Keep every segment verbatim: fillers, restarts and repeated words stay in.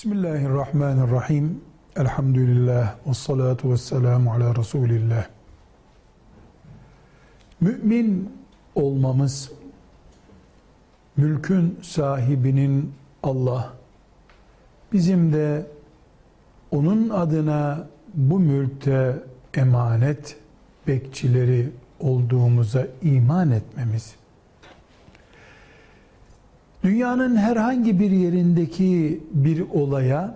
Bismillahirrahmanirrahim. Elhamdülillah. Vessalatu vesselamu ala Resulillah. Mümin olmamız, mülkün sahibinin Allah, bizim de onun adına bu mülkte emanet bekçileri olduğumuza iman etmemiz, dünyanın herhangi bir yerindeki bir olaya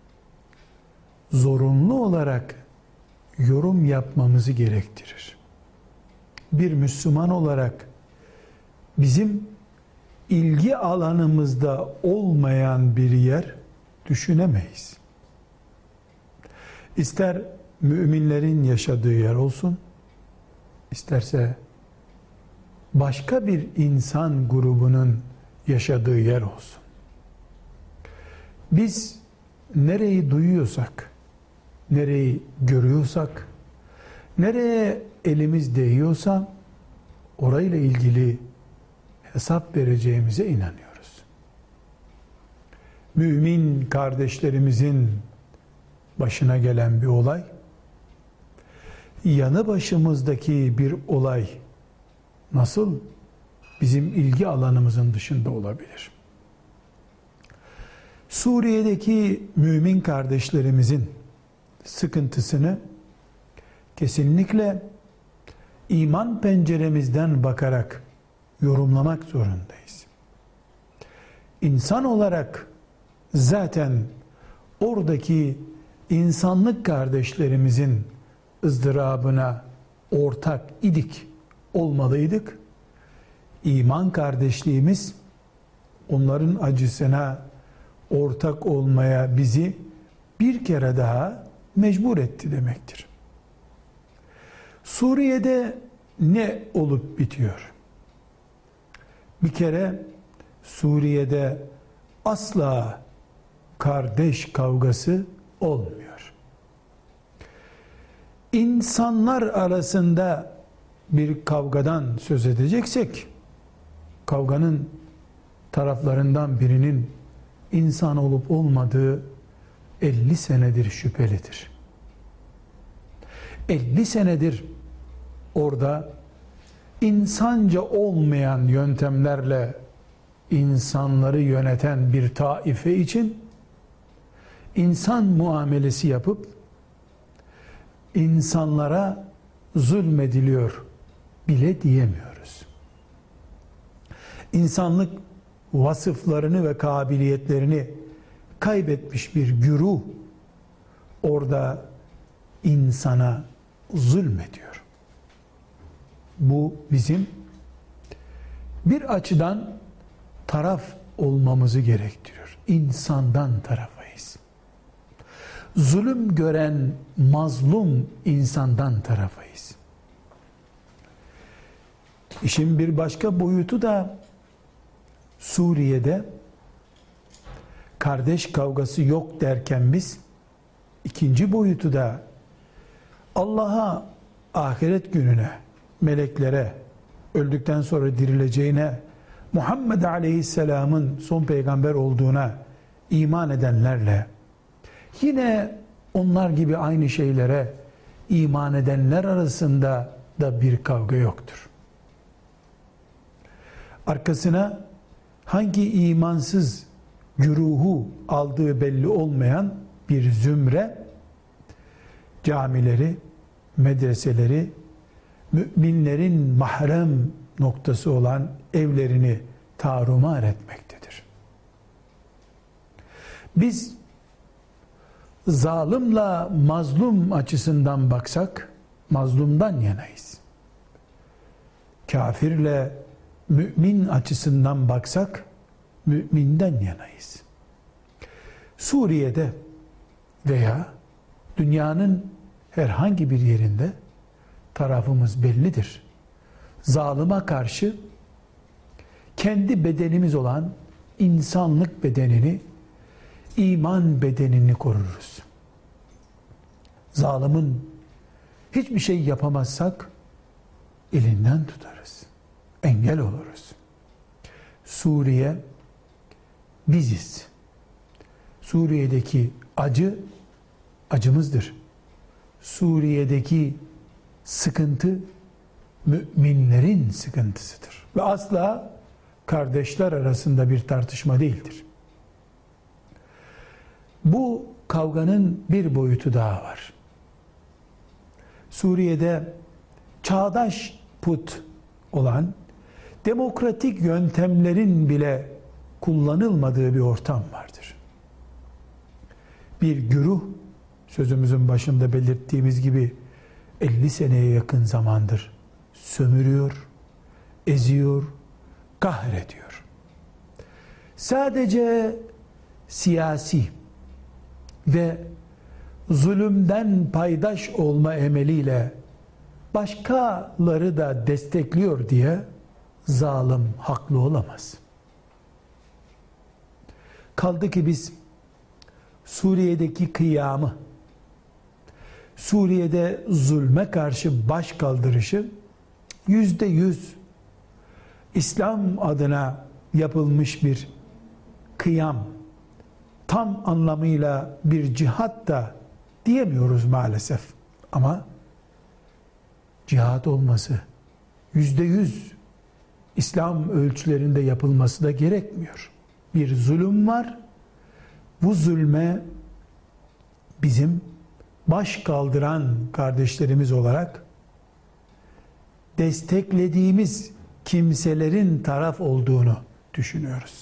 zorunlu olarak yorum yapmamızı gerektirir. Bir Müslüman olarak bizim ilgi alanımızda olmayan bir yer düşünemeyiz. İster müminlerin yaşadığı yer olsun, isterse başka bir insan grubunun yaşadığı yer olsun. Biz nereyi duyuyorsak, nereyi görüyorsak, nereye elimiz değiyorsa orayla ilgili hesap vereceğimize inanıyoruz. Mümin kardeşlerimizin başına gelen bir olay, yanı başımızdaki bir olay nasıl bizim ilgi alanımızın dışında olabilir? Suriye'deki mümin kardeşlerimizin sıkıntısını kesinlikle iman penceremizden bakarak yorumlamak zorundayız. İnsan olarak zaten oradaki insanlık kardeşlerimizin ızdırabına ortak idik, olmalıydık. İman kardeşliğimiz onların acısına ortak olmaya bizi bir kere daha mecbur etti demektir. Suriye'de ne olup bitiyor? Bir kere Suriye'de asla kardeş kavgası olmuyor. İnsanlar arasında bir kavgadan söz edeceksek, kavganın taraflarından birinin insan olup olmadığı elli senedir şüphelidir. elli senedir orada insanca olmayan yöntemlerle insanları yöneten bir taife için insan muamelesi yapıp insanlara zulmediliyor bile diyemiyoruz. İnsanlık vasıflarını ve kabiliyetlerini kaybetmiş bir güruh orada insana zulmediyor. Bu bizim bir açıdan taraf olmamızı gerektiriyor. İnsandan tarafayız. Zulüm gören mazlum insandan tarafayız. İşin bir başka boyutu da Suriye'de kardeş kavgası yok derken biz ikinci boyutu da Allah'a, ahiret gününe, meleklere, öldükten sonra dirileceğine, Muhammed Aleyhisselam'ın son peygamber olduğuna iman edenlerle yine onlar gibi aynı şeylere iman edenler arasında da bir kavga yoktur. Arkasına hangi imansız güruhu aldığı belli olmayan bir zümre camileri, medreseleri, müminlerin mahrem noktası olan evlerini tarumar etmektedir. Biz zalimle mazlum açısından baksak mazlumdan yanayız. Kafirle mümin açısından baksak müminden yanayız. Suriye'de veya dünyanın herhangi bir yerinde tarafımız bellidir. Zalıma karşı kendi bedenimiz olan insanlık bedenini, iman bedenini koruruz. Zalimin hiçbir şey yapamazsak elinden tutarız. Engel oluruz. Suriye biziz. Suriye'deki acı acımızdır. Suriye'deki sıkıntı müminlerin sıkıntısıdır. Ve asla kardeşler arasında bir tartışma değildir. Bu kavganın bir boyutu daha var. Suriye'de çağdaş put olan demokratik yöntemlerin bile kullanılmadığı bir ortam vardır. Bir güruh, sözümüzün başında belirttiğimiz gibi elli seneye yakın zamandır sömürüyor, eziyor, kahrediyor. Sadece siyasi ve zulümden paydaş olma emeliyle başkaları da destekliyor diye zalim haklı olamaz. Kaldı ki biz Suriye'deki kıyamı, Suriye'de zulme karşı baş kaldırışı yüzde yüz İslam adına yapılmış bir kıyam, tam anlamıyla bir cihat da diyemiyoruz maalesef. Ama cihat olması yüzde yüz İslam ölçülerinde yapılması da gerekmiyor. Bir zulüm var. Bu zulme bizim baş kaldıran kardeşlerimiz olarak desteklediğimiz kimselerin taraf olduğunu düşünüyoruz.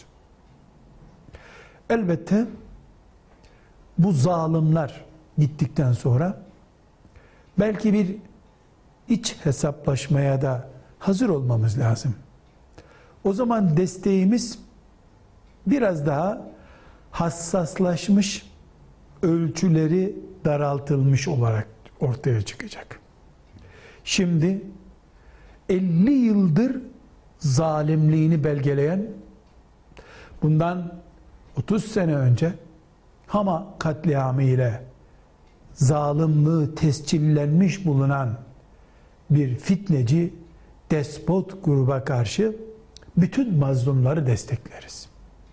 Elbette bu zalimler gittikten sonra belki bir iç hesaplaşmaya da hazır olmamız lazım. O zaman desteğimiz biraz daha hassaslaşmış, ölçüleri daraltılmış olarak ortaya çıkacak. Şimdi elli yıldır zalimliğini belgeleyen, bundan otuz sene önce Hama katliamı ile zalimliği tescillenmiş bulunan bir fitneci, despot gruba karşı bütün mazlumları destekleriz.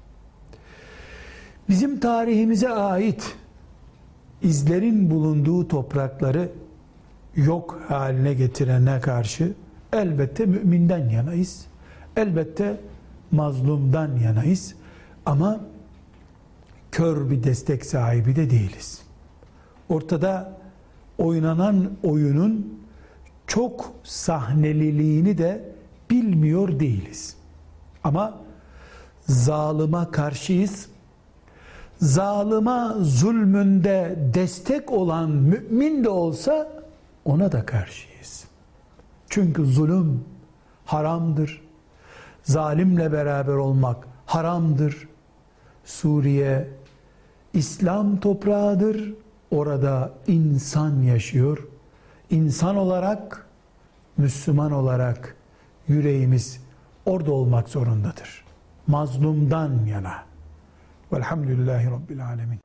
Bizim tarihimize ait izlerin bulunduğu toprakları yok haline getirene karşı elbette müminden yanayız. Elbette mazlumdan yanayız. Ama kör bir destek sahibi de değiliz. Ortada oynanan oyunun çok sahneliliğini de bilmiyor değiliz. Ama zalıma karşıyız. Zalıma zulmünde destek olan mümin de olsa ona da karşıyız. Çünkü zulüm haramdır. Zalimle beraber olmak haramdır. Suriye İslam toprağıdır. Orada insan yaşıyor. İnsan olarak, Müslüman olarak yüreğimiz orada olmak zorundadır. Mazlumdan yana. Velhamdülillahi Rabbil Alemin.